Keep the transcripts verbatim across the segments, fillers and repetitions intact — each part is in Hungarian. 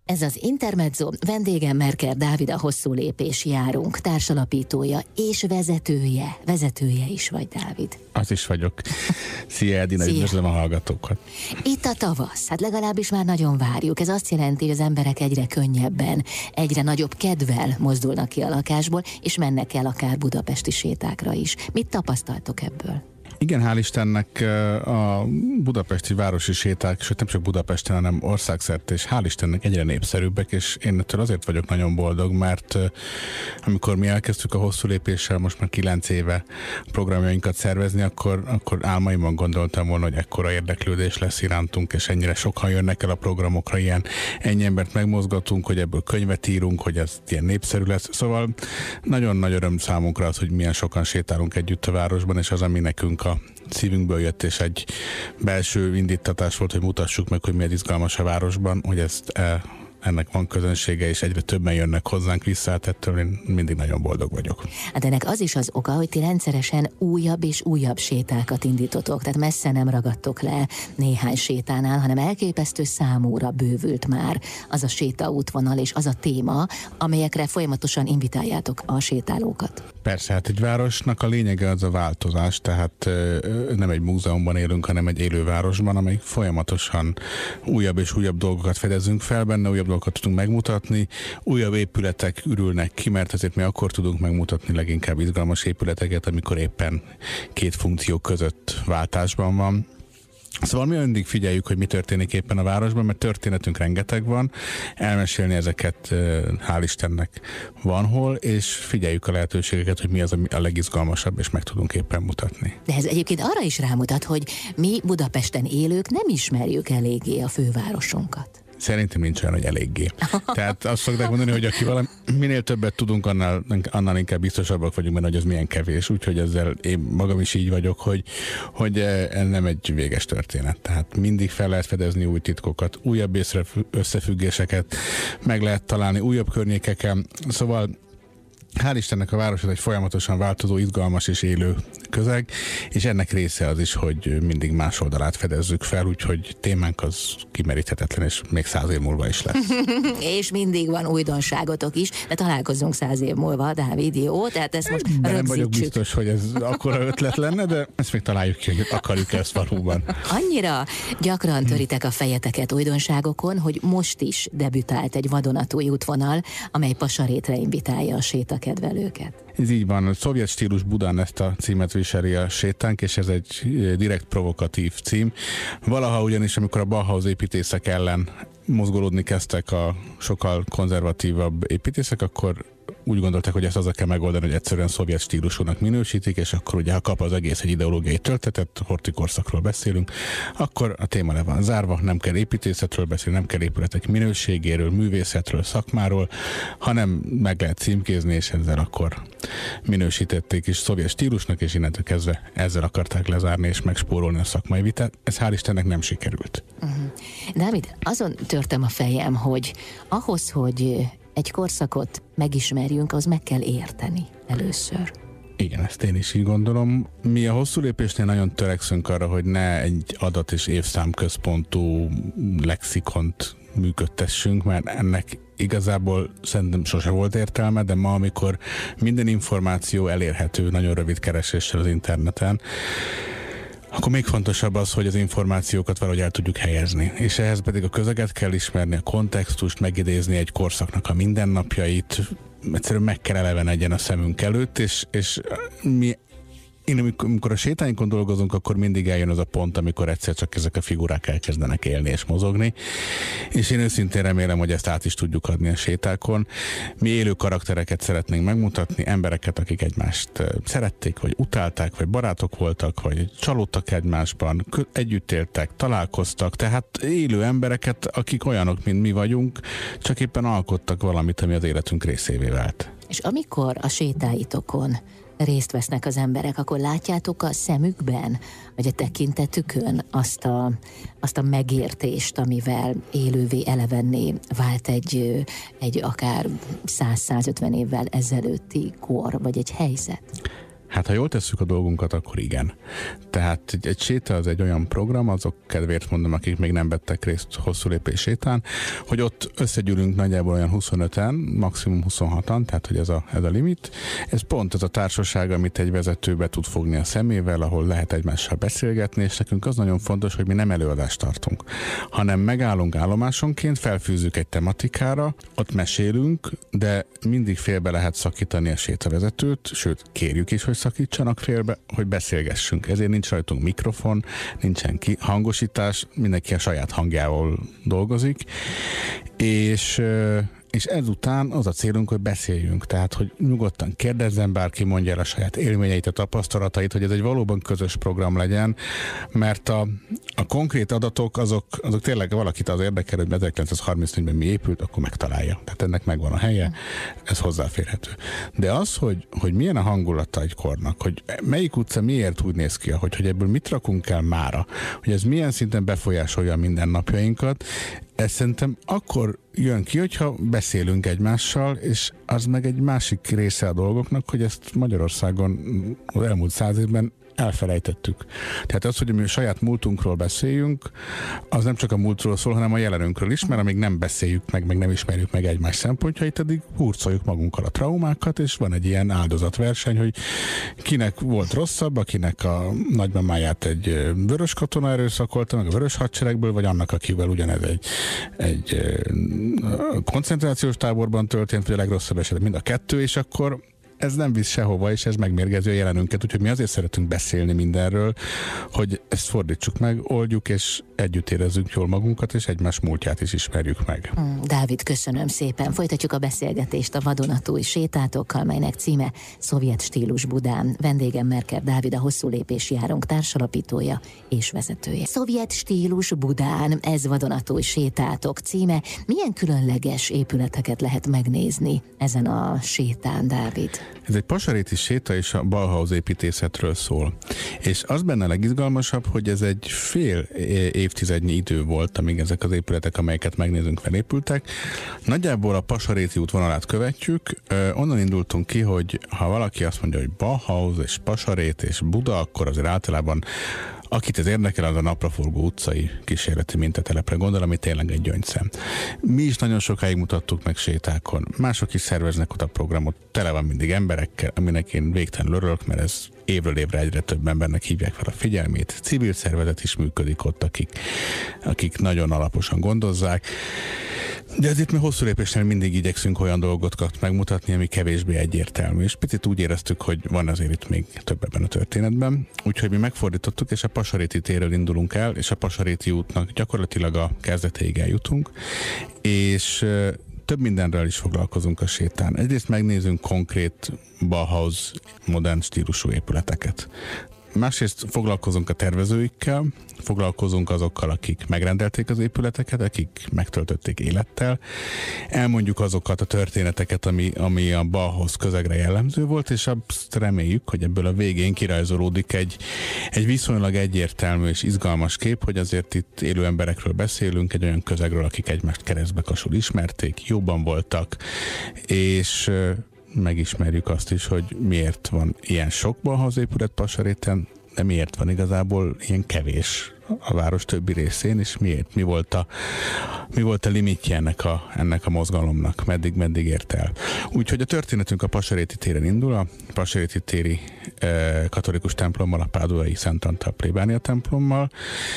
Ez az Intermezzo, vendégem Merker Dávid, a Hosszú Lépés Járunk társalapítója és vezetője. Vezetője is vagy, Dávid. Az is vagyok. Szia, Edina, üdvözlöm a hallgatókat. Itt a tavasz, hát legalábbis már nagyon várjuk. Ez azt jelenti, hogy az emberek egyre könnyebben, egyre nagyobb kedvel mozdulnak ki a lakásból, és mennek el akár budapesti sétákra is. Mit tapasztaltok ebből? Igen, hál' Istennek a budapesti városi séták, sőt nem csak Budapesten, hanem országszerte, és hál' Istennek egyre népszerűbbek, és én ettől azért vagyok nagyon boldog, mert amikor mi elkezdtük a Hosszú Lépéssel most már kilenc éve programjainkat szervezni, akkor, akkor álmaimban gondoltam volna, hogy ekkora érdeklődés lesz irántunk, és ennyire sokan jönnek el a programokra, ilyen ennyi embert megmozgatunk, hogy ebből könyvet írunk, hogy ez ilyen népszerű lesz. Szóval nagyon nagy öröm számunkra az, hogy milyen sokan sétálunk együtt a városban, és az, ami nekünk a szívünkből jött, és egy belső indítatás volt, hogy mutassuk meg, hogy milyen izgalmas a városban, hogy ezt e, ennek van közönsége, és egyre többen jönnek hozzánk vissza, hát ettől én mindig nagyon boldog vagyok. Hát ennek az is az oka, hogy ti rendszeresen újabb és újabb sétákat indítotok, tehát messze nem ragadtok le néhány sétánál, hanem elképesztő számúra bővült már az a sétaútvonal és az a téma, amelyekre folyamatosan invitáljátok a sétálókat. Persze, hát egy városnak a lényege az a változás, tehát nem egy múzeumban élünk, hanem egy élő városban, amely folyamatosan újabb és újabb dolgokat fedezünk fel benne, újabb dolgokat tudunk megmutatni, újabb épületek ürülnek ki, mert azért mi akkor tudunk megmutatni leginkább izgalmas épületeket, amikor éppen két funkció között váltásban van. Szóval mi mindig figyeljük, hogy mi történik éppen a városban, mert történetünk rengeteg van, elmesélni ezeket hál' Istennek van hol, és figyeljük a lehetőségeket, hogy mi az a legizgalmasabb, és meg tudunk éppen mutatni. De ez egyébként arra is rámutat, hogy mi Budapesten élők nem ismerjük eléggé a fővárosunkat. Szerintem nincs olyan, hogy eléggé. Tehát azt szokták mondani, hogy aki valami, minél többet tudunk, annál, annál inkább biztosabbak vagyunk benne, hogy az milyen kevés. Úgyhogy ezzel én magam is így vagyok, hogy, hogy ez nem egy véges történet. Tehát mindig fel lehet fedezni új titkokat, újabb összefüggéseket meg lehet találni újabb környékeken. Szóval hál' Istennek a város egy folyamatosan változó, izgalmas és élő közeg, és ennek része az is, hogy mindig más oldalát fedezzük fel, úgyhogy témánk az kimeríthetetlen, és még száz év múlva is lesz. És mindig van újdonságotok is, de találkozzunk száz év múlva, Dávid, jó? Tehát ezt most de rögzítsük. Nem vagyok biztos, hogy ez akkora ötlet lenne, de ezt még találjuk ki, hogy akarjuk ezt valóban. Annyira gyakran töritek a fejeteket újdonságokon, hogy most is debütált egy vadonatúj útvonal, amely Pasarétre invitálja a sétakedvelőket. Ez így van, a szovjet stílus Budán ezt a címet viseli a sétánk, és ez egy direkt provokatív cím. Valaha ugyanis, amikor a Bauhaus építészek ellen mozgolódni kezdtek a sokkal konzervatívabb építészek, akkor úgy gondolták, hogy ezt azzal kell megoldani, hogy egyszerűen szovjet stílusúnak minősítik, és akkor ugye, ha kap az egész egy ideológiai töltetet, horthy korszakról beszélünk, akkor a téma le van zárva, nem kell építészetről beszélni, nem kell épületek minőségéről, művészetről, szakmáról, hanem meg lehet címkézni, és ezzel akkor minősítették is szovjet stílusnak, és innentől kezdve ezzel akarták lezárni és megspórolni a szakmai vitát. Ez hál' Istennek nem sikerült. Uh-huh. Dávid, azon törtem a fejem, hogy ahhoz, hogy egy korszakot megismerjünk, az meg kell érteni először. Igen, ezt én is így gondolom. Mi a Hosszú Lépésnél nagyon törekszünk arra, hogy ne egy adat és évszám központú lexikont működtessünk, mert ennek igazából szerintem sose volt értelme, de ma, amikor minden információ elérhető nagyon rövid kereséssel az interneten, akkor még fontosabb az, hogy az információkat valahogy el tudjuk helyezni. És ehhez pedig a közeget kell ismerni, a kontextust, megidézni egy korszaknak a mindennapjait, egyszerűen meg kell elevenedjen a szemünk előtt, és, és mi Én amikor a sétáinkon dolgozunk, akkor mindig eljön az a pont, amikor egyszer csak ezek a figurák elkezdenek élni és mozogni, és én őszintén remélem, hogy ezt át is tudjuk adni a sétákon. Mi élő karaktereket szeretnénk megmutatni, embereket, akik egymást szerették, vagy utálták, vagy barátok voltak, vagy csalódtak egymásban, együtt éltek, találkoztak, tehát élő embereket, akik olyanok, mint mi vagyunk, csak éppen alkottak valamit, ami az életünk részévé vált. És amikor a sétáitokon részt vesznek az emberek, akkor látjátok a szemükben, vagy a tekintetükön azt a, azt a megértést, amivel élővé, elevenné vált egy, egy akár száz-százötven évvel ezelőtti kor, vagy egy helyzet? Hát ha jól tesszük a dolgunkat, akkor igen. Tehát egy, egy séta az egy olyan program, azok kedvéért mondom, akik még nem vettek részt hosszú lépés sétán, hogy ott összegyűlünk nagyjából olyan huszonöten, maximum huszonhatan, tehát hogy ez a, ez a limit. Ez pont ez a társaság, amit egy vezető be tud fogni a szemével, ahol lehet egymással beszélgetni, és nekünk az nagyon fontos, hogy mi nem előadást tartunk, hanem megállunk állomásonként, felfűzzük egy tematikára, ott mesélünk, de mindig félbe lehet szakítani a sétavezetőt, sőt, kérjük is, hogy szakítsanak félbe, hogy beszélgessünk. Ezért nincs rajtunk mikrofon, nincsen ki, hangosítás, mindenki a saját hangjával dolgozik, és és ezután az a célunk, hogy beszéljünk, tehát, hogy nyugodtan kérdezzen bárki, mondja el a saját élményeit, a tapasztalatait, hogy ez egy valóban közös program legyen, mert a, a konkrét adatok, azok, azok tényleg valakit az érdekel, hogy ezerkilencszázharmincnégyben mi épült, akkor megtalálja. Tehát ennek megvan a helye, ez hozzáférhető. De az, hogy, hogy milyen a hangulata egy kornak, hogy melyik utca miért úgy néz ki, hogy, hogy ebből mit rakunk el mára, hogy ez milyen szinten befolyásolja a mindennapjainkat, ez szerintem akkor jön ki, hogyha beszélünk egymással, és az meg egy másik része a dolgoknak, hogy ezt Magyarországon az elmúlt száz évben elfelejtettük. Tehát az, hogy mi a saját múltunkról beszéljünk, az nem csak a múltról szól, hanem a jelenünkről is, mert amíg nem beszéljük meg, meg nem ismerjük meg egymás szempontjait, addig hurcoljuk magunkkal a traumákat, és van egy ilyen áldozatverseny, hogy kinek volt rosszabb, akinek a nagymamáját egy vörös katona erőszakolta, meg a vörös hadseregből, vagy annak, akivel ugyanez egy, egy koncentrációs táborban történt, vagy a legrosszabb esetben mind a kettő, és akkor ez nem visz sehova, és ez megmérgezi a jelenünket, úgyhogy mi azért szeretünk beszélni mindenről, hogy ezt fordítsuk meg, oldjuk, és együtt érezzük jól magunkat, és egymás múltját is ismerjük meg. Mm, Dávid, köszönöm szépen. Folytatjuk a beszélgetést a vadonatúj sétátokkal, melynek címe Szovjet stílus Budán. Vendégem Merker Dávid, a Hosszú lépés járunk társalapítója és vezetője. Szovjet stílus Budán, ez vadonatúj sétátok címe. Milyen különleges épületeket lehet megnézni ezen a sétán, Dávid? Ez egy pasaréti séta, és a Bauhaus építészetről szól. És az benne a legizgalmasabb, hogy ez egy fél évtizednyi idő volt, amíg ezek az épületek, amelyeket megnézünk, felépültek. Nagyjából a pasaréti útvonalát követjük. Onnan indultunk ki, hogy ha valaki azt mondja, hogy Bauhaus és pasarét és Buda, akkor azért általában akit ez érdekel, az a napraforgó utcai kísérleti mintatelepre gondol, ami tényleg egy gyöngyszem. Mi is nagyon sokáig mutattuk meg sétákon. Mások is szerveznek oda programot, tele van mindig emberekkel, aminek én végtelenül örülök, mert ez évről évre egyre több embernek hívják fel a figyelmét. Civil szervezet is működik ott, akik, akik nagyon alaposan gondozzák. De ezért mi hosszú lépésnél mindig igyekszünk olyan dolgokat megmutatni, ami kevésbé egyértelmű. És picit úgy éreztük, hogy van azért itt még több ebben a történetben. Úgyhogy mi megfordítottuk, és a Pasaréti térről indulunk el, és a Pasaréti útnak gyakorlatilag a kezdetéig eljutunk. És több mindenről is foglalkozunk a sétán. Egyrészt megnézünk konkrét Bauhaus modern stílusú épületeket. Másrészt foglalkozunk a tervezőikkel, foglalkozunk azokkal, akik megrendelték az épületeket, akik megtöltötték élettel. Elmondjuk azokat a történeteket, ami, ami a Bauhaus közegre jellemző volt, és azt reméljük, hogy ebből a végén kirajzolódik egy, egy viszonylag egyértelmű és izgalmas kép, hogy azért itt élő emberekről beszélünk, egy olyan közegről, akik egymást keresztbekasul ismerték, jobban voltak, és megismerjük azt is, hogy miért van ilyen sok Bauhaus épület Pasaréten, de miért van igazából ilyen kevés a város többi részén, és miért, mi volt a, mi volt a limitje ennek a, ennek a mozgalomnak, meddig, meddig ért el. Úgyhogy a történetünk a Pasaréti téren indul, a Pasaréti téri e, katolikus templommal, a Páduai Szent Antal plébánia templommal.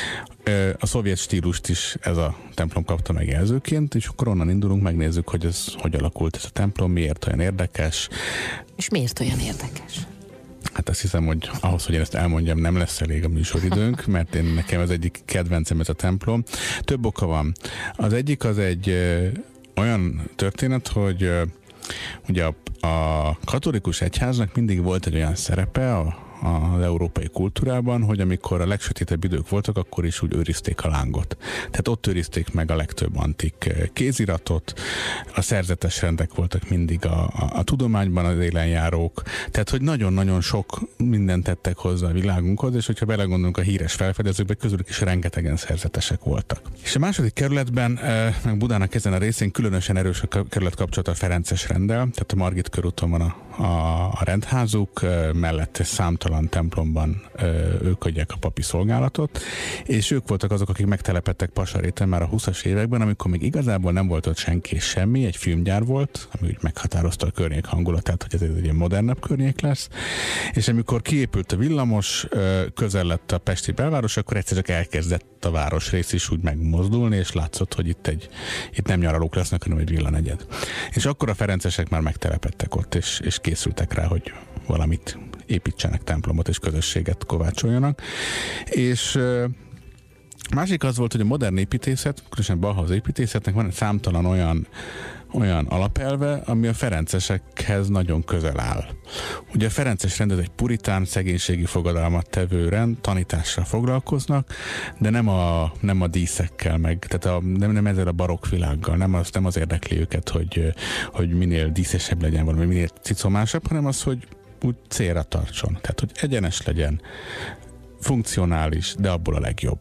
E, a szovjet stílust is ez a templom kapta meg jelzőként, és akkor onnan indulunk, megnézzük, hogy ez hogy alakult ez a templom, miért olyan érdekes. És miért olyan érdekes? Hát azt hiszem, hogy ahhoz, hogy én ezt elmondjam, nem lesz elég a műsoridőnk, mert én nekem az egyik kedvencem ez a templom. Több oka van. Az egyik az egy ö, olyan történet, hogy ö, ugye a, a katolikus egyháznak mindig volt egy olyan szerepe a, az európai kultúrában, hogy amikor a legsötétebb idők voltak, akkor is úgy őrizték a lángot. Tehát ott őrizték meg a legtöbb antik kéziratot, a szerzetes rendek voltak mindig a, a, a tudományban az élenjárók, tehát hogy nagyon-nagyon sok mindent tettek hozzá a világunkhoz, és hogyha belegondolunk a híres felfedezőkbe, közülük is rengetegen szerzetesek voltak. És a második kerületben, meg Budának ezen a részén különösen erős a kerület kapcsolata a ferences renddel, tehát a Margit körúton van a, a, a rendházuk, mellette számtalan templomban ők adják a papi szolgálatot, és ők voltak azok, akik megtelepedtek Pasaréten már a huszas években, amikor még igazából nem volt ott senki és semmi, egy filmgyár volt, ami úgy meghatározta a környék hangulatát, hogy ez egy ilyen modernebb környék lesz, és amikor kiépült a villamos, közel lett a pesti belváros, akkor egyszer csak elkezdett a városrész is úgy megmozdulni, és látszott, hogy itt, egy, itt nem nyaralók lesznek, hanem egy villanegyed. És akkor a ferencesek már megtelepedtek ott, és, és készültek rá, hogy valamit építsenek, templomot és közösséget kovácsoljanak. És másik az volt, hogy a modern építészet, különösen Bauhaus építészetnek van egy számtalan olyan olyan alapelve, ami a ferencesekhez nagyon közel áll. Ugye a ferences rend ez egy puritán, szegénységi fogadalmat tevő rend, tanítással foglalkoznak, de nem a, nem a díszekkel, meg, tehát a, nem, nem ezzel a barokk világgal, nem az, nem az érdekli őket, hogy, hogy minél díszesebb legyen valami, minél cicomásabb, hanem az, hogy úgy célra tartson. Tehát, hogy egyenes legyen, funkcionális, de abból a legjobb.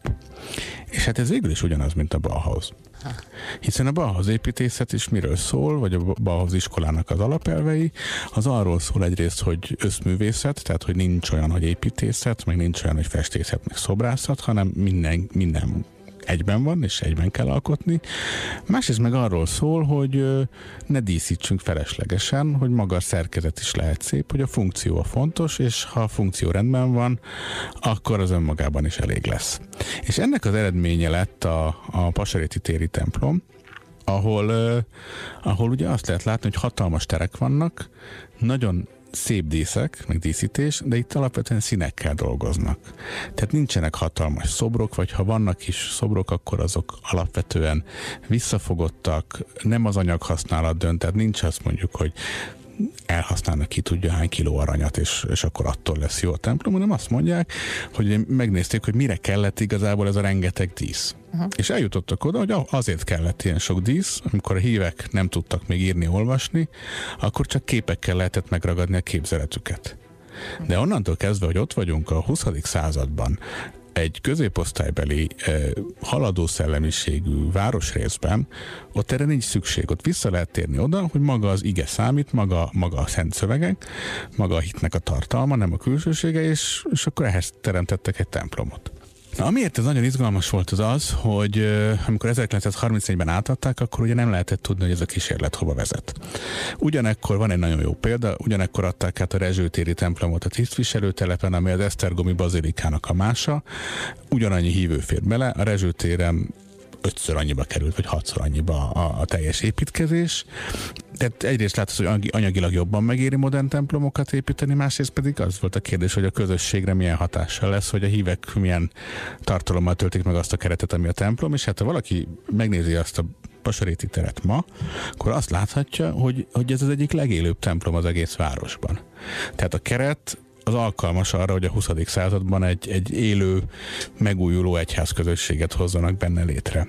És hát ez végül is ugyanaz, mint a Bauhaus. Hiszen a Bauhaus építészet is miről szól, vagy a Bauhaus iskolának az alapelvei, az arról szól egyrészt, hogy összművészet, tehát hogy nincs olyan, hogy építészet, meg nincs olyan, hogy festészet, meg szobrászat, hanem minden, minden egyben van, és egyben kell alkotni. Másrészt meg arról szól, hogy ne díszítsünk feleslegesen, hogy maga a szerkezet is lehet szép, hogy a funkció a fontos, és ha a funkció rendben van, akkor az önmagában is elég lesz. És ennek az eredménye lett a, a Pasaréti téri templom, ahol, uh, ahol ugye azt lehet látni, hogy hatalmas terek vannak, nagyon szép díszek, meg díszítés, de itt alapvetően színekkel dolgoznak. Tehát nincsenek hatalmas szobrok, vagy ha vannak is szobrok, akkor azok alapvetően visszafogottak, nem az anyaghasználat dönt, tehát nincs azt mondjuk, hogy elhasználnak ki tudja hány kiló aranyat, és, és akkor attól lesz jó a templom, hanem azt mondják, hogy megnézték, hogy mire kellett igazából ez a rengeteg dísz. Uh-huh. És eljutottak oda, hogy azért kellett ilyen sok dísz, amikor a hívek nem tudtak még írni, olvasni, akkor csak képekkel lehetett megragadni a képzeletüket. De onnantól kezdve, hogy ott vagyunk a huszadik században, egy középosztálybeli eh, haladó szellemiségű városrészben, ott erre nincs szükség. Ott vissza lehet térni oda, hogy maga az ige számít, maga, maga a szent szövegek, maga a hitnek a tartalma, nem a külsősége, és, és akkor ehhez teremtettek egy templomot. Na, amiért ez nagyon izgalmas volt az az, hogy uh, amikor ezerkilencszázharmincnégyben átadták, akkor ugye nem lehetett tudni, hogy ez a kísérlet hova vezet. Ugyanekkor van egy nagyon jó példa, ugyanekkor adták át a Rezsőtéri templomot a tisztviselőtelepen, ami az Esztergomi bazilikának a mása. Ugyanannyi hívő fér bele, a Rezsőtéren ötször annyiba került, vagy hatszor annyiba a, a teljes építkezés. Tehát egyrészt látsz, hogy anyagilag jobban megéri modern templomokat építeni, másrészt pedig az volt a kérdés, hogy a közösségre milyen hatással lesz, hogy a hívek milyen tartalommal töltik meg azt a keretet, ami a templom, és hát ha valaki megnézi azt a Pasaréti teret ma, akkor azt láthatja, hogy, hogy ez az egyik legélőbb templom az egész városban. Tehát a keret az alkalmas arra, hogy a huszadik században egy, egy élő, megújuló egyházközösséget hozzanak benne létre.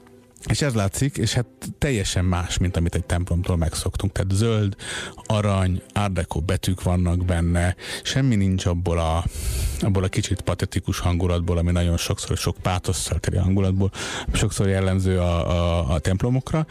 És ez látszik, és hát teljesen más, mint amit egy templomtól megszoktunk. Tehát zöld, arany, art deco betűk vannak benne, semmi nincs abból a, abból a kicsit patetikus hangulatból, ami nagyon sokszor, sok pátosszal teli hangulatból, sokszor jellemző a, a, a templomokra.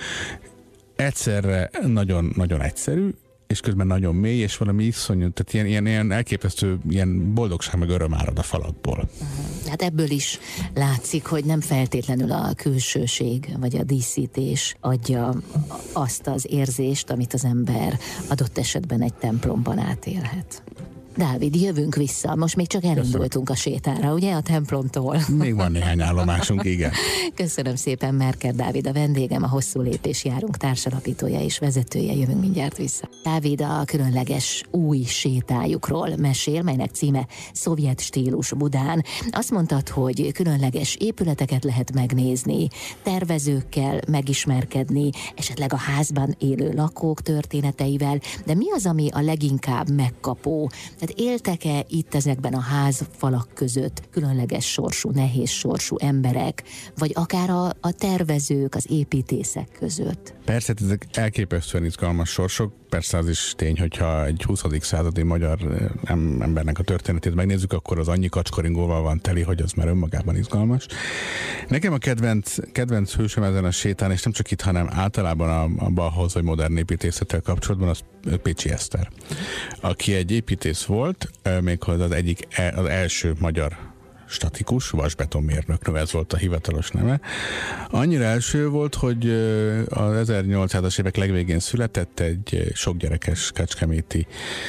Egyszerre nagyon-nagyon egyszerű, és közben nagyon mély, és valami iszonyú, tehát ilyen, ilyen, ilyen elképesztő ilyen boldogság meg öröm árad a falakból. Hát ebből is látszik, hogy nem feltétlenül a külsőség vagy a díszítés adja azt az érzést, amit az ember adott esetben egy templomban átélhet. Dávid, jövünk vissza. Most még csak elindultunk a sétára, ugye, a templomtól? Még van néhány állomásunk, igen. Köszönöm szépen, Merker Dávid, a vendégem, a Hosszú Lépés Járunk társalapítója és vezetője. Jövünk mindjárt vissza. Dávid a különleges új sétájukról mesél, melynek címe Szovjet stílus Budán. Azt mondtad, hogy különleges épületeket lehet megnézni, tervezőkkel megismerkedni, esetleg a házban élő lakók történeteivel, de mi az, ami a leginkább megkapó Tehát éltek-e itt ezekben a házfalak között különleges sorsú, nehéz sorsú emberek, vagy akár a, a tervezők, az építészek között? Persze, ezek elképesztően izgalmas sorsok. Persze az is tény, hogyha egy huszadik századi magyar embernek a történetét megnézzük, akkor az annyi kacskaringóval van teli, hogy az már önmagában izgalmas. Nekem a kedvenc, kedvenc hősöm ezen a sétán, és nem csak itt, hanem általában a, a Bauhaus vagy modern építészettel kapcsolatban, az Pécsi Eszter, aki egy építész volt, méghozzá az egyik, az első magyar statikus, vasbetonmérnöknő, ez volt a hivatalos neve. Annyira első volt, hogy az ezernyolcszázas évek legvégén született egy sokgyerekes kecskeméti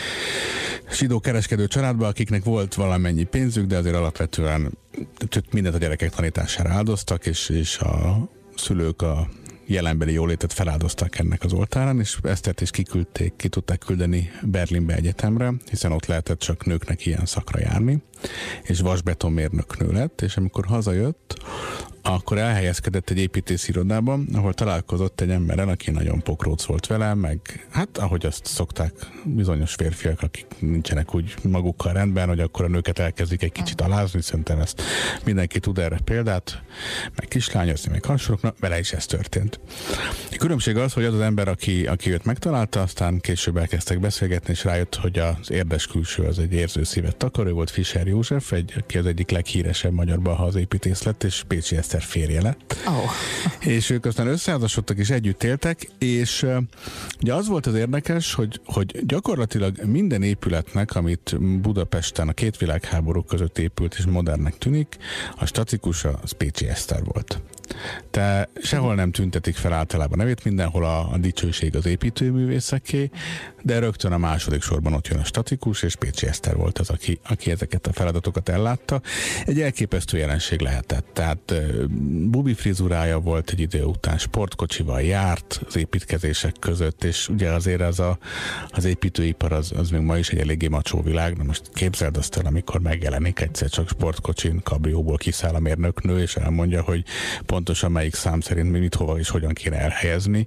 zsidó kereskedő családba, akiknek volt valamennyi pénzük, de azért alapvetően mindent a gyerekek tanítására áldoztak, és, és a szülők a jelenbeli jólétet feláldozták ennek az oltárán, és Esztert is kiküldték, ki tudták küldeni Berlinbe egyetemre, hiszen ott lehetett csak nőknek ilyen szakra járni, és vasbetonmérnöknő lett, és amikor hazajött, akkor elhelyezkedett egy építész irodában, ahol találkozott egy emberrel, aki nagyon pokróc volt vele, meg hát ahogy azt szokták bizonyos férfiak, akik nincsenek úgy magukkal rendben, hogy akkor a nőket elkezdik egy kicsit alázni, szerintem ezt mindenki tud erre példát, meg kislányozni, meg hasonlók, vele is ez történt. A különbség az, hogy az az ember, aki, aki őt megtalálta, aztán később elkezdtek beszélgetni, és rájött, hogy az érdes külső az egy érző szívet takar, ő volt Fischer József, egy, aki az egyik leghíresebb magyar Bauhaus építész lett, és Pécsi Eszter férje lett. Oh. És ők aztán összeházasodtak és együtt éltek, és uh, ugye az volt az érdekes, hogy, hogy gyakorlatilag minden épületnek, amit Budapesten a két világháború között épült és modernnek tűnik, a statikusa az Pécsi Eszter volt. De sehol nem tüntetik fel általában nevét, mindenhol a, a dicsőség az építőművészeké, de rögtön a második sorban ott jön a statikus, és Pécsi Eszter volt az, aki, aki ezeket a feladatokat ellátta. Egy elképesztő jelenség lehetett. Tehát bubi frizurája volt egy idő után, sportkocsival járt az építkezések között, és ugye azért az, a, az építőipar az, az még ma is egy eléggé macsó világ. Na most képzeld azt el, amikor megjelenik egyszer csak sportkocsin, kabrióból kiszáll a mérnöknő, és elmondja, hogy pontosan melyik szám szerint mit hova és hogyan kéne elhelyezni.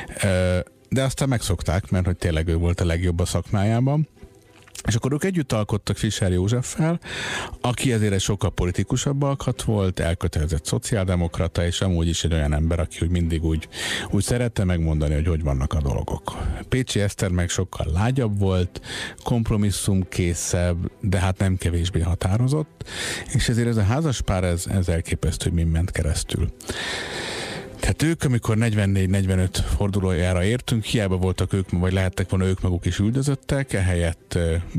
De aztán megszokták, mert hogy tényleg ő volt a legjobb a szakmájában. És akkor ők együtt alkottak Fischer Józseffel, aki ezért egy sokkal politikusabb alkat volt, elkötelezett szociáldemokrata, és amúgy is egy olyan ember, aki úgy mindig úgy, úgy szerette megmondani, hogy hogy vannak a dolgok. Pécsi Eszter meg sokkal lágyabb volt, kompromisszumkészebb, de hát nem kevésbé határozott, és ezért ez a házaspár, ez, ez elképesztő, hogy mind ment keresztül. Tehát ők, amikor negyvennégy negyvenöt fordulójára értünk, hiába voltak ők, vagy lehettek volna ők maguk is üldözöttek, ehelyett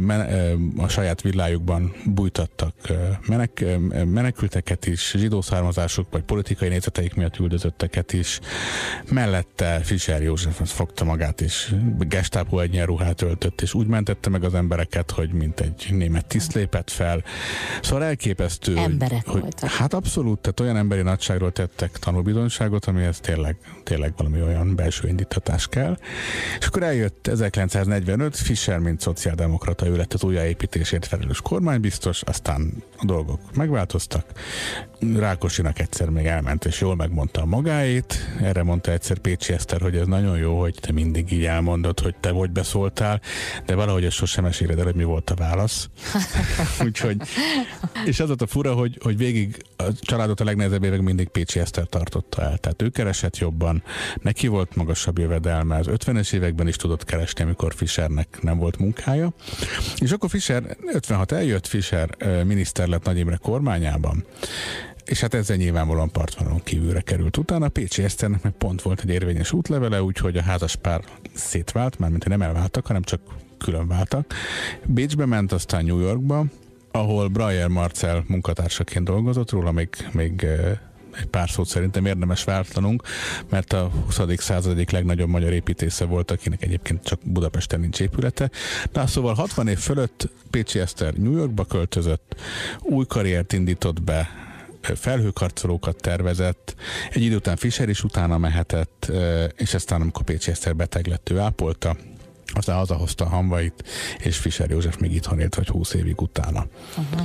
a saját villájukban bújtattak menek, menekülteket is, zsidó származások vagy politikai nézeteik miatt üldözötteket is. Mellette Fischer József fogta magát, és gestápó egyenruhát öltött, és úgy mentette meg az embereket, hogy mint egy német tiszt lépett fel. Szóval elképesztő, emberek hogy, voltak. Hát abszolút, tehát olyan emberi nagyságról tettek tanúbizonyságot, amihez tényleg, tényleg valami olyan belső indítatás kell. És akkor eljött ezerkilencszáznegyvenöt, Fischer, mint szociáldemokrata, ő lett az újjáépítésért felelős kormánybiztos, aztán a dolgok megváltoztak. Rákosinak egyszer még elment, és jól megmondta a magáét. Erre mondta egyszer Pécsi Eszter, hogy ez nagyon jó, hogy te mindig így elmondod, hogy te hogy beszóltál, de valahogy ezt sosem meséled el, hogy mi volt a válasz. Úgyhogy, és az volt a fura, hogy, hogy végig a családot a legnehezebb évek mindig Pécsi Eszter tartotta el. Tehát ő keresett jobban, neki volt magasabb jövedelme, az ötvenes években is tudott keresni, amikor Fischernek nem volt munkája. És akkor Fischer, ötvenhat eljött, Fischer miniszter lett Nagy Imre kormányában, és hát ezzel nyilvánvalóan partvonalon kívülre került. Utána Pécsi Eszternek meg pont volt egy érvényes útlevele, úgyhogy a házaspár szétvált, mármint nem elváltak, hanem csak külön váltak. Bécsbe ment, aztán New Yorkba, ahol Breyer Marcel munkatársaként dolgozott, róla még, még egy pár szót szerintem érdemes váltanunk, mert a huszadik század egyik legnagyobb magyar építésze volt, akinek egyébként csak Budapesten nincs épülete. Na, szóval hatvan év fölött Pécsi Eszter New Yorkba költözött, új karriert indított be, felhőkarcolókat tervezett, egy idő után Fischer is utána mehetett, és aztán amikor Pécsi Eszter beteg lett, ő ápolta, Aztán hazahozta a Hamvait, és Fischer József még itthon élt, vagy húsz évig utána. Uh-huh.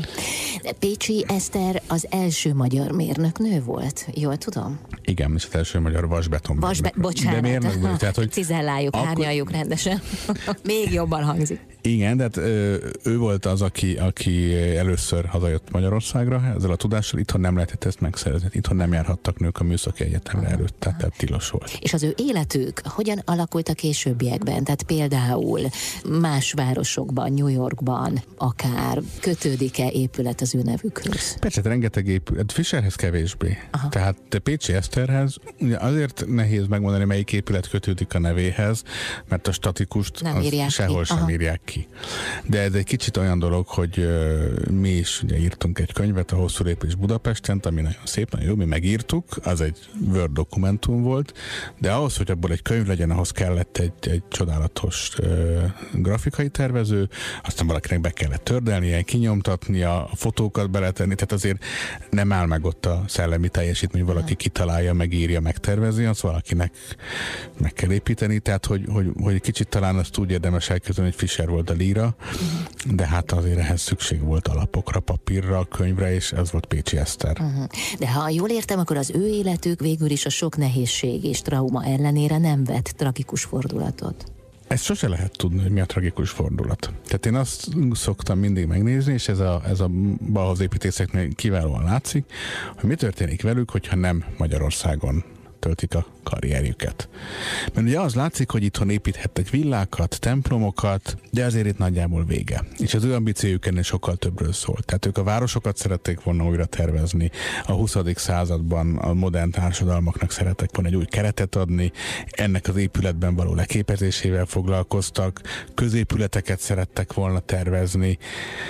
Pécsi Eszter az első magyar mérnöknő volt, jól tudom? Igen, és az első magyar vasbeton Vasbe- bocsánat, de mérnök, tehát, hogy cizelláljuk, akkor... hárnyaljuk rendesen. Még jobban hangzik. Igen, de hát, ő volt az, aki, aki először hazajött Magyarországra ezzel a tudással, itthon nem lehetett ezt megszerezni. Itthon nem járhattak nők a műszaki egyetemre előtt, tehát, tehát tilos volt. És az ő életük hogyan alakult a későbbiekben? Tehát például más városokban, New Yorkban akár kötődik-e épület az ő nevükhöz? Persze, rengeteg épület, Fischerhez kevésbé. Aha. Tehát Pécsi Eszterhez azért nehéz megmondani, melyik épület kötődik a nevéhez, mert a statikust sehol ki. sem Aha. írják ki. De ez egy kicsit olyan dolog, hogy uh, mi is ugye írtunk egy könyvet, a Hosszú lépés Budapesten, ami nagyon szép, nagyon jó, mi megírtuk, az egy Word dokumentum volt, de ahhoz, hogy abból egy könyv legyen, ahhoz kellett egy, egy csodálatos uh, grafikai tervező, aztán valakinek be kellett tördelnie, kinyomtatnia, a fotókat beletenni, tehát azért nem áll meg ott a szellemi teljesítmény, valaki kitalálja, megírja, megtervezi, az valakinek meg kell építeni, tehát hogy, hogy, hogy kicsit talán azt úgy érdemes elkezdeni, hogy Fischer volt a líra, uh-huh. de hát azért ehhez szükség volt alapokra, papírra, könyvre, és ez volt Pécsi Eszter. Uh-huh. De ha jól értem, akkor az ő életük végül is a sok nehézség és trauma ellenére nem vett tragikus fordulatot. Ezt sose lehet tudni, hogy mi a tragikus fordulat. Tehát én azt szoktam mindig megnézni, és ez a, ez a Bauhaus építészeknél kiválóan látszik, hogy mi történik velük, hogyha nem Magyarországon töltik a karrierjüket. Mert ugye az látszik, hogy itthon építhettek villákat, templomokat, de azért itt nagyjából vége. És az ő ambíciójuk ennél sokkal többről szól. Tehát ők a városokat szerették volna újra tervezni, a huszadik században a modern társadalmaknak szerettek volna egy új keretet adni, ennek az épületben való leképezésével foglalkoztak, középületeket szerettek volna tervezni,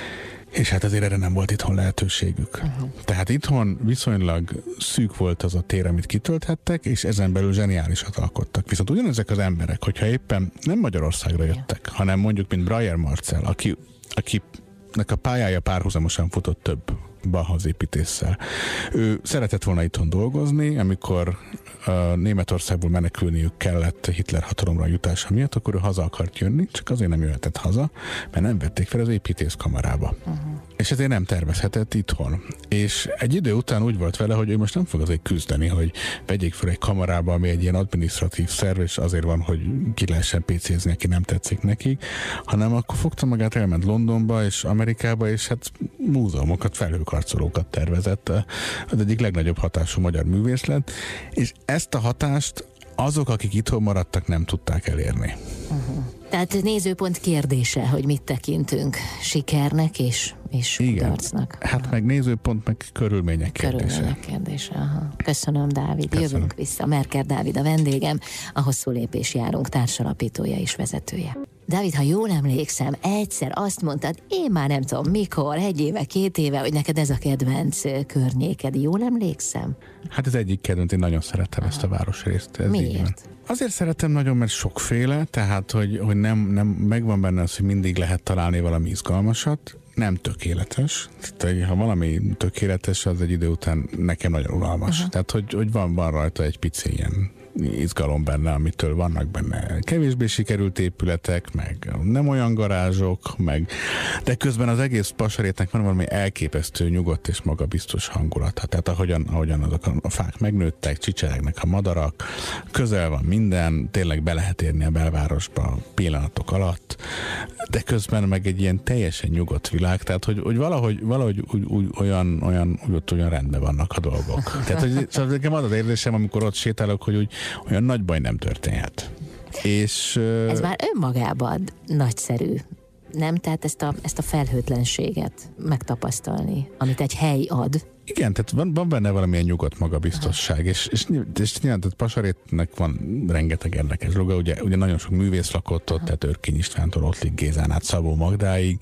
és hát azért erre nem volt itthon lehetőségük. Uh-huh. Tehát itthon viszonylag szűk volt az a tér, amit kitölthettek, és ezen belül zseniálisat alkottak. Viszont ugyanezek az emberek, hogyha éppen nem Magyarországra jöttek, yeah. hanem mondjuk, mint Breyer Marcel, aki, akinek a pályája párhuzamosan futott több Bauhaus építéssel. Ő szeretett volna itthon dolgozni, amikor uh, Németországból menekülniük kellett Hitler hatalomra jutása miatt, akkor ő haza akart jönni, csak azért nem jöhetett haza, mert nem vették fel az építészkamarába. Uh-huh. És ezért nem tervezhetett itthon. És egy idő után úgy volt vele, hogy ő most nem fog azért küzdeni, hogy vegyék fel egy kamarába, ami egy ilyen adminisztratív szerv, és azért van, hogy ki lehessen pécézni, aki nem tetszik nekik, hanem akkor fogta magát, elment Londonba és Amerikába, és hát múzeumokat, felhőkarcolókat tervezett. Az egyik legnagyobb hatású magyar művész lett, és ezt a hatást azok, akik itthon maradtak, nem tudták elérni. Uh-huh. Tehát nézőpont kérdése, hogy mit tekintünk sikernek és, és kudarcnak. Hát aha. meg nézőpont, meg körülmények kérdése. Körülmények kérdése, aha. Köszönöm, Dávid. Köszönöm. Jövünk vissza. Merker Dávid a vendégem, a Hosszú lépés járunk társalapítója és vezetője. Dávid, ha jól emlékszem, egyszer azt mondtad, én már nem tudom mikor, egy éve, két éve, hogy neked ez a kedvenc környéked. Jól emlékszem? Hát ez egyik kedvenc, én nagyon szeretem aha. ezt a városrészt. Ez miért? Azért szeretem nagyon, mert sokféle, tehát, hogy, hogy nem, nem, megvan benne az, hogy mindig lehet találni valami izgalmasat, nem tökéletes. Tehát, ha valami tökéletes, az egy idő után nekem nagyon unalmas. Uh-huh. Tehát, hogy, hogy van, van rajta egy pici ilyen izgalom benne, amitől vannak benne kevésbé sikerült épületek, meg nem olyan garázsok, meg de közben az egész Pasarétnek van valami elképesztő nyugodt és magabiztos hangulata. Tehát ahogyan, ahogyan azok a fák megnőttek, csicseregnek a madarak, közel van minden, tényleg be lehet érni a belvárosba pillanatok alatt, de közben meg egy ilyen teljesen nyugodt világ, tehát hogy, hogy valahogy, valahogy úgy, úgy, olyan, olyan, úgy, olyan rendben vannak a dolgok. Tehát hogy, szóval nekem az az érzésem, amikor ott sétálok, hogy úgy olyan nagy baj nem történhet. És, ez már önmagában nagyszerű, nem? Tehát ezt a, ezt a felhőtlenséget megtapasztalni, amit egy hely ad. Igen, tehát van, van benne valamilyen nyugodt magabiztosság, és, és, és nyilván, tehát Pasarétnek van rengeteg érdekes dolga, ugye, ugye nagyon sok művész lakott ott, tehát Örkény Istvántól Ottlik Gézán át Szabó Magdáig.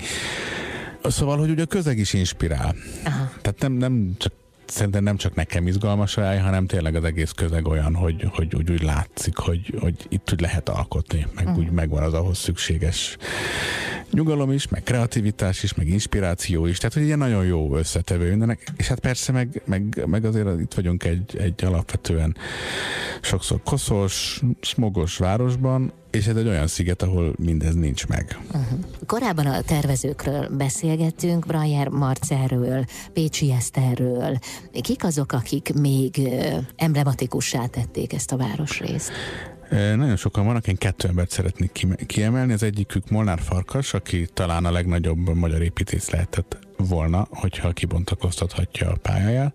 Szóval, hogy ugye a közeg is inspirál. Aha. Tehát nem, nem csak szerintem nem csak nekem izgalmas a hely, hanem tényleg az egész közeg olyan, hogy, hogy úgy, úgy látszik, hogy, hogy itt úgy lehet alkotni, meg uh-huh. úgy megvan az ahhoz szükséges nyugalom is, meg kreativitás is, meg inspiráció is, tehát hogy ilyen nagyon jó összetevő mindenek, és hát persze meg, meg, meg azért itt vagyunk egy, egy alapvetően sokszor koszos, smogos városban, és ez egy olyan sziget, ahol mindez nincs meg. Uh-huh. Korábban a tervezőkről beszélgettünk, Brayer Marcelről, Pécsi Eszterről. Kik azok, akik még emblematikussá tették ezt a városrészt? Nagyon sokan vannak, én kettő embert szeretnék kiemelni. Az egyikük Molnár Farkas, aki talán a legnagyobb magyar építész lehetett volna, hogyha kibontakoztathatja a pályáját.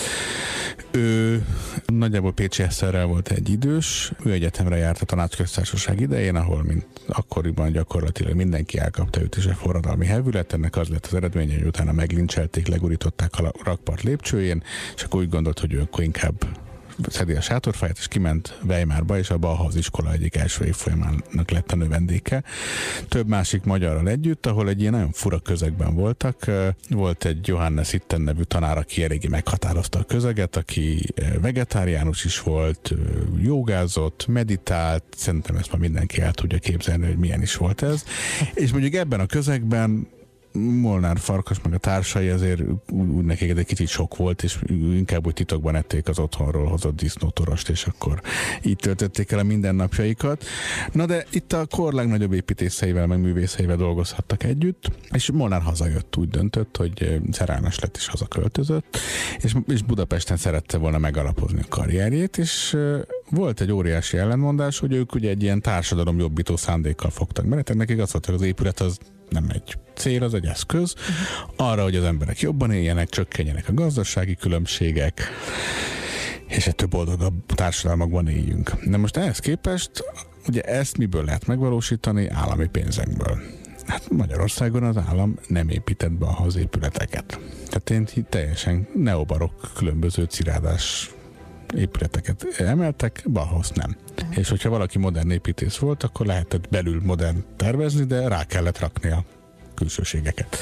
Ő nagyjából Pécsi Eszterrel volt egy idős, ő egyetemre járt a Tanácsköztársaság idején, ahol mint akkoriban gyakorlatilag mindenki elkapta őt is a forradalmi hevület. Ennek az lett az eredménye, hogy utána meglincselték, legurították a rakpart lépcsőjén, és akkor úgy gondolt, hogy ő akkor inkább szedi a sátorfáját, és kiment Weimarba, és a Bauhaus iskola egyik első évfolyamának lett a növendéke. Több másik magyarral együtt, ahol egy ilyen nagyon fura közegben voltak. Volt egy Johannes Itten nevű tanár, aki eléggé meghatározta a közeget, aki vegetáriánus is volt, jogázott, meditált, szerintem ezt már mindenki el tudja képzelni, hogy milyen is volt ez. És mondjuk ebben a közegben Molnár Farkas meg a társai azért úgy nekik egy kicsit sok volt, és inkább úgy titokban ették az otthonról hozott disznótorost, és akkor így töltötték el a mindennapjaikat. Na de itt a kor legnagyobb építészeivel, meg művészeivel dolgozhattak együtt, és Molnár hazajött, úgy döntött, hogy szerelmes lett és hazaköltözött, és, és Budapesten szerette volna megalapozni a karrierjét, és volt egy óriási ellenmondás, hogy ők ugye egy ilyen társadalom jobbító szándékkal fogtak bele, tehát nekik azt volt, hogy az épület az nem egy cél, az egy eszköz, uh-huh. arra, hogy az emberek jobban éljenek, csökkenjenek a gazdasági különbségek, és ettől boldogabb társadalmakban éljünk. De most ehhez képest, ugye ezt miből lehet megvalósítani? Állami pénzekből. Hát Magyarországon az állam nem épített be a épületeket. Tehát én teljesen neobarokk különböző cirádás épületeket emeltek, Bauhaus nem. Uh-huh. És hogyha valaki modern építész volt, akkor lehetett belül modern tervezni, de rá kellett rakni a külsőségeket.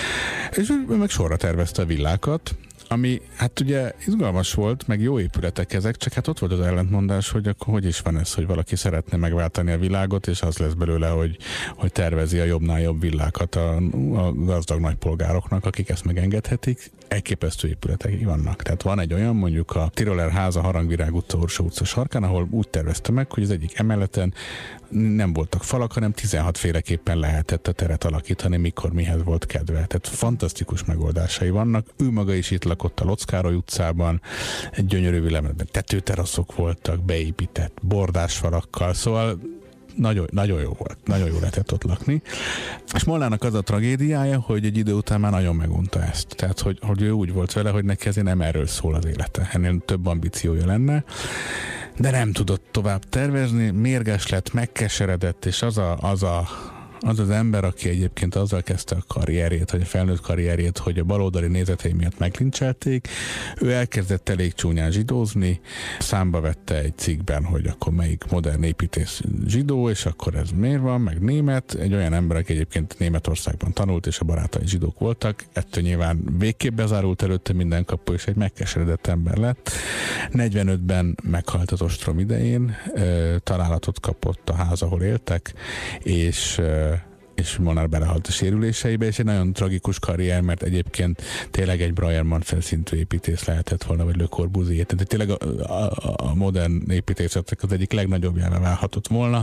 És ő meg sorra tervezte a villákat, ami hát ugye izgalmas volt, meg jó épületek ezek, csak hát ott volt az ellentmondás, hogy akkor hogy is van ez, hogy valaki szeretne megváltani a világot, és az lesz belőle, hogy, hogy tervezi a jobbnál jobb villákat a, a gazdag nagypolgároknak, akik ezt megengedhetik. Elképesztő épületek vannak. Tehát van egy olyan, mondjuk a Tiroler ház a Harangvirág utca, Orsa utca sarkán, ahol úgy tervezte meg, hogy az egyik emeleten nem voltak falak, hanem tizenhat féleképpen lehetett a teret alakítani, mikor mihez volt kedve. Tehát fantasztikus megoldásai vannak. Ő maga is itt lakott a Locz-Károly utcában, egy gyönyörű villámletben tetőteraszok voltak, beépített bordás falakkal, szóval Nagyon, nagyon jó volt, nagyon jó lehetett ott lakni. És Molnárnak az a tragédiája, hogy egy idő után már nagyon megunta ezt. Tehát, hogy, hogy ő úgy volt vele, hogy neki ezért nem erről szól az élete. Ennél több ambíciója lenne, de nem tudott tovább tervezni, mérges lett, megkeseredett, és az a, az a az az ember, aki egyébként azzal kezdte a karrierjét, vagy a felnőtt karrierjét, hogy a baloldali nézetei miatt meglincselték, ő elkezdett elég csúnyán zsidózni, számba vette egy cikkben, hogy akkor melyik modern építész zsidó, és akkor ez miért van, meg német, egy olyan ember, aki egyébként Németországban tanult, és a barátai zsidók voltak, ettől nyilván végképp bezárult előtte minden kapu, és egy megkeseredett ember lett. negyvenötben meghalt az ostrom idején, találatot kapott a ház, ahol éltek, és és Molnár belehalt a sérüléseibe, és egy nagyon tragikus karrier, mert egyébként tényleg egy Brayer Marcel szintű építész lehetett volna, vagy Le Corbusier. Tehát tényleg a, a, a modern építészetek az egyik legnagyobbjává válhatott volna,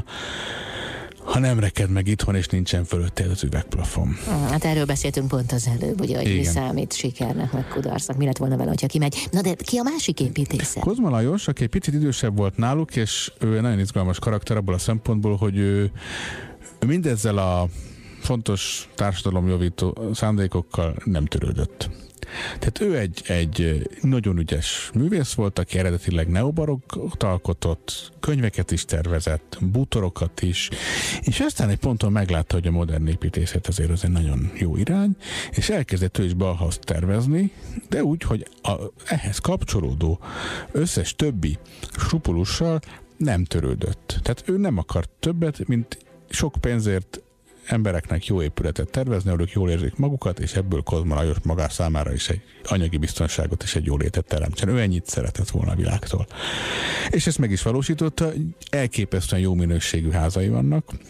ha nem reked meg itthon, és nincsen fölöttél az üvegplafon. Hát erről beszéltünk pont az előbb, ugye, hogy Igen. mi számít sikernek, meg kudarcnak, mi lett volna vele, hogyha kimegy. Na de ki a másik építésze? Kozma Lajos, aki egy picit idősebb volt náluk, és ő nagyon izgalmas karakter abból a szempontból, hogy ő mindezzel a fontos társadalomjavító szándékokkal nem törődött. Tehát ő egy, egy nagyon ügyes művész volt, aki eredetileg neobarokkot alkotott, könyveket is tervezett, bútorokat is, és aztán egy ponton meglátta, hogy a modern építészet azért az egy nagyon jó irány, és elkezdett ő is Bauhaust tervezni, de úgy, hogy a, ehhez kapcsolódó összes többi skrupulussal nem törődött. Tehát ő nem akart többet, mint sok pénzért embereknek jó épületet tervezni, ahol ők jól érzik magukat, és ebből Kozma Lajos magá számára is egy anyagi biztonságot és egy jólétet teremtsen. Ő ennyit szeretett volna a világtól. És ezt meg is valósította, elképesztően jó minőségű házai vannak,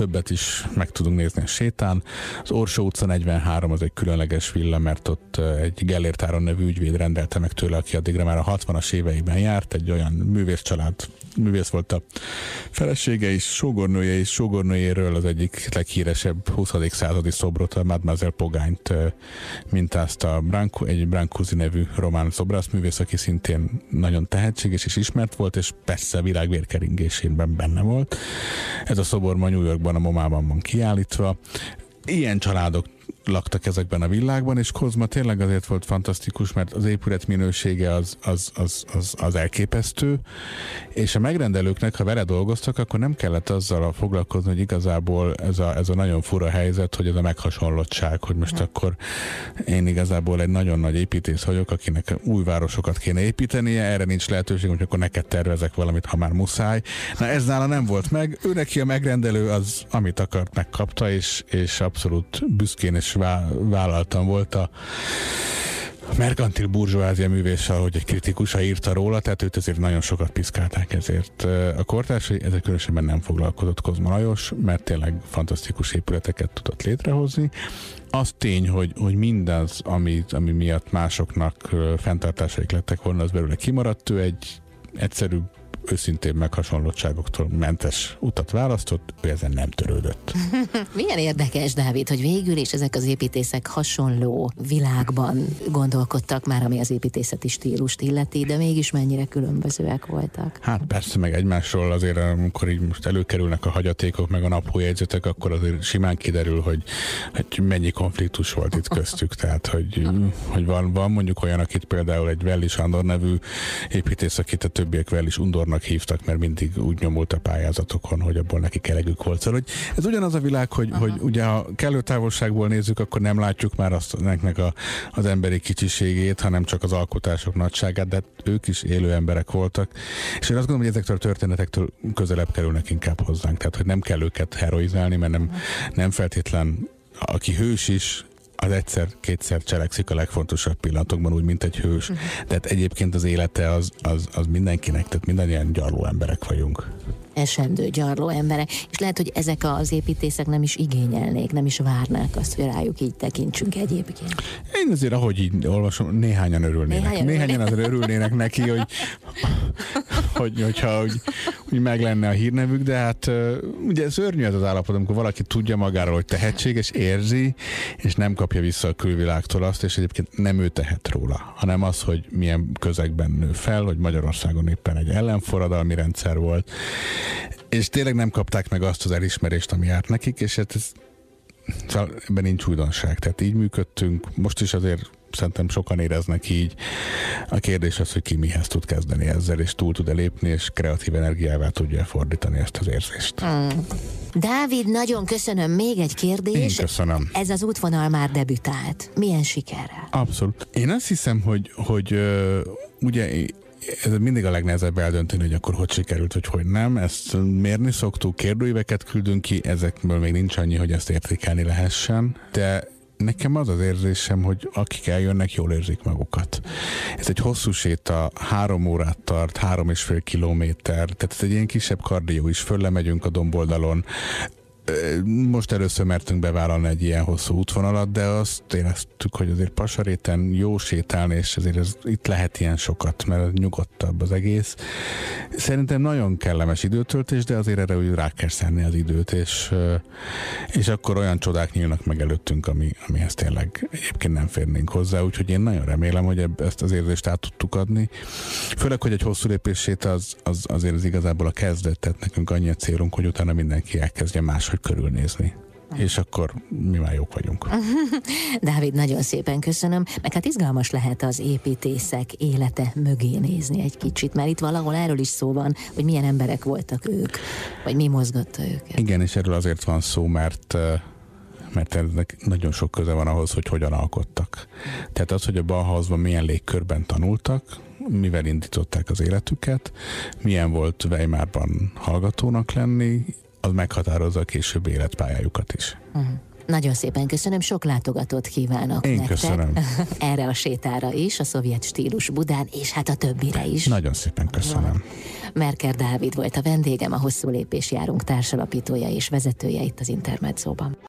többet is meg tudunk nézni a sétán. Az Orsó utca negyvenhárom az egy különleges villa, mert ott egy Gellért Áron nevű ügyvéd rendelte meg tőle, aki addigra már a hatvanas éveiben járt, egy olyan művész család, művész volt a felesége is, sógornője is, sógornőjéről az egyik leghíresebb huszadik századi szobrot, a Mademoiselle Pogányt mintázta Brancu, egy Brancusi nevű román szobrászművész, aki szintén nagyon tehetséges és ismert volt, és persze a világ vérkeringésében benne volt. Ez a szobor ma New Yorkban, a MoMA-ban van kiállítva. Ilyen családok laktak ezekben a villákban, és Kozma tényleg azért volt fantasztikus, mert az épület minősége az, az, az, az, az elképesztő, és a megrendelőknek, ha vele dolgoztak, akkor nem kellett azzal foglalkozni, hogy igazából ez a, ez a nagyon fura helyzet, hogy ez a meghasonlottság, hogy most akkor én igazából egy nagyon nagy építész vagyok, akinek új városokat kéne építenie, erre nincs lehetőség, hogy akkor neked tervezek valamit, ha már muszáj. Na ez nála nem volt meg, ő neki a megrendelő az, amit akart, megkapta, és, és abszolút büszkén és vállaltan volt a merkantil burzsóázia művéssel, hogy egy kritikusa írta róla, tehát őt azért nagyon sokat piszkálták ezért. A kortársai ezek különösebben nem foglalkozott Kozma Lajos, mert tényleg fantasztikus épületeket tudott létrehozni. Az tény, hogy, hogy mindaz, ami, ami miatt másoknak fenntartásaik lettek volna, az belőle kimaradt, ő egy egyszerű, őszintén meghasonlottságoktól mentes utat választott, ő ezen nem törődött. Milyen érdekes, Dávid, hogy végül is ezek az építészek hasonló világban gondolkodtak már, ami az építészeti stílust illeti, de mégis mennyire különbözőek voltak. Hát persze, meg egymásról azért, amikor így most előkerülnek a hagyatékok, meg a naplójegyzetek, akkor azért simán kiderül, hogy, hogy mennyi konfliktus volt itt köztük. Tehát, hogy, hogy van, van mondjuk olyan, akit például egy Wellis Andor nevű építész, akit a többiek Wellis Undornak hívtak, mert mindig úgy nyomult a pályázatokon, hogy abból nekik elegük volt. Szóval, hogy ez ugyanaz a világ, hogy, hogy ugye ha kellő távolságból nézzük, akkor nem látjuk már azt neknek a, az emberi kicsiségét, hanem csak az alkotások nagyságát, de ők is élő emberek voltak. És én azt gondolom, hogy ezektől a történetektől közelebb kerülnek inkább hozzánk. Tehát, hogy nem kell őket heroizálni, mert nem, nem feltétlen aki hős is, az egyszer-kétszer cselekszik a legfontosabb pillanatokban, úgy, mint egy hős. Uh-huh. Tehát egyébként az élete az, az, az mindenkinek, tehát mindannyian gyarló emberek vagyunk. Esendő, gyarló emberek. És lehet, hogy ezek az építészek nem is igényelnék, nem is várnák azt, hogy rájuk így tekintsünk egyébként. Én azért, ahogy így olvasom, néhányan örülnének. Néhányan, néhányan azért örülnének neki, hogy, hogy hogyha hogy, hogy meg lenne a hírnevük, de hát ugye szörnyű ez az állapot, amikor valaki tudja magáról, hogy tehetséges, érzi, és nem kapja vissza a külvilágtól azt, és egyébként nem ő tehet róla, hanem az, hogy milyen közegben nő fel, hogy Magyarországon éppen egy ellenforradalmi rendszer volt, és tényleg nem kapták meg azt az elismerést, ami járt nekik, és hát ez, szóval ebben nincs újdonság. Tehát így működtünk, most is azért szerintem sokan éreznek így. A kérdés az, hogy ki mihez tud kezdeni ezzel, és túl tud-e lépni, és kreatív energiává tudja fordítani ezt az érzést. Mm. Dávid, nagyon köszönöm. Még egy kérdés. Én köszönöm. Ez az útvonal már debütált. Milyen sikerrel? Abszolút. Én azt hiszem, hogy, hogy uh, ugye ez mindig a legnehezebb eldönteni, hogy akkor hogy sikerült, vagy hogy nem. Ezt mérni szoktuk, kérdőíveket küldünk ki, ezekből még nincs annyi, hogy ezt értékelni lehessen, de nekem az az érzésem, hogy akik eljönnek, jól érzik magukat. Ez egy hosszú séta, három órát tart, három és fél kilométer, tehát ez egy ilyen kisebb kardió is, föllemegyünk a domboldalon. Most először mertünk bevállalni egy ilyen hosszú útvonalat, de azt éreztük, hogy azért Pasaréten jó sétálni, és azért ez, itt lehet ilyen sokat, mert nyugodtabb az egész. Szerintem nagyon kellemes időtöltés, de azért erre úgy rá kell szenni az időt, és, és akkor olyan csodák nyílnak meg előttünk, ami, amihez tényleg egyébként nem férnénk hozzá, úgyhogy én nagyon remélem, hogy ezt az érzést át tudtuk adni. Főleg, hogy egy hosszú lépésséta az, az azért az igazából a kezdet, tehát nekünk annyi a célunk, hogy utána mindenki elkezdje máshogy körülnézni. És akkor mi már jók vagyunk. Dávid, nagyon szépen köszönöm, meg hát izgalmas lehet az építészek élete mögé nézni egy kicsit, mert itt valahol erről is szó van, hogy milyen emberek voltak ők, vagy mi mozgatta őket. Igen, és erről azért van szó, mert mert ennek nagyon sok köze van ahhoz, hogy hogyan alkottak. Tehát az, hogy a Bauhausban milyen légkörben tanultak, mivel indították az életüket, milyen volt Weimarban hallgatónak lenni, az meghatározza a későbbi életpályájukat is. Uh-huh. Nagyon szépen köszönöm, sok látogatót kívánok Én nektek. Köszönöm. Erre a sétára is, a szovjet stílus Budán, és hát a többire is. Nagyon szépen köszönöm. Merker Dávid volt a vendégem, a Hosszú lépés járunk társalapítója és vezetője itt az Intermedzóban.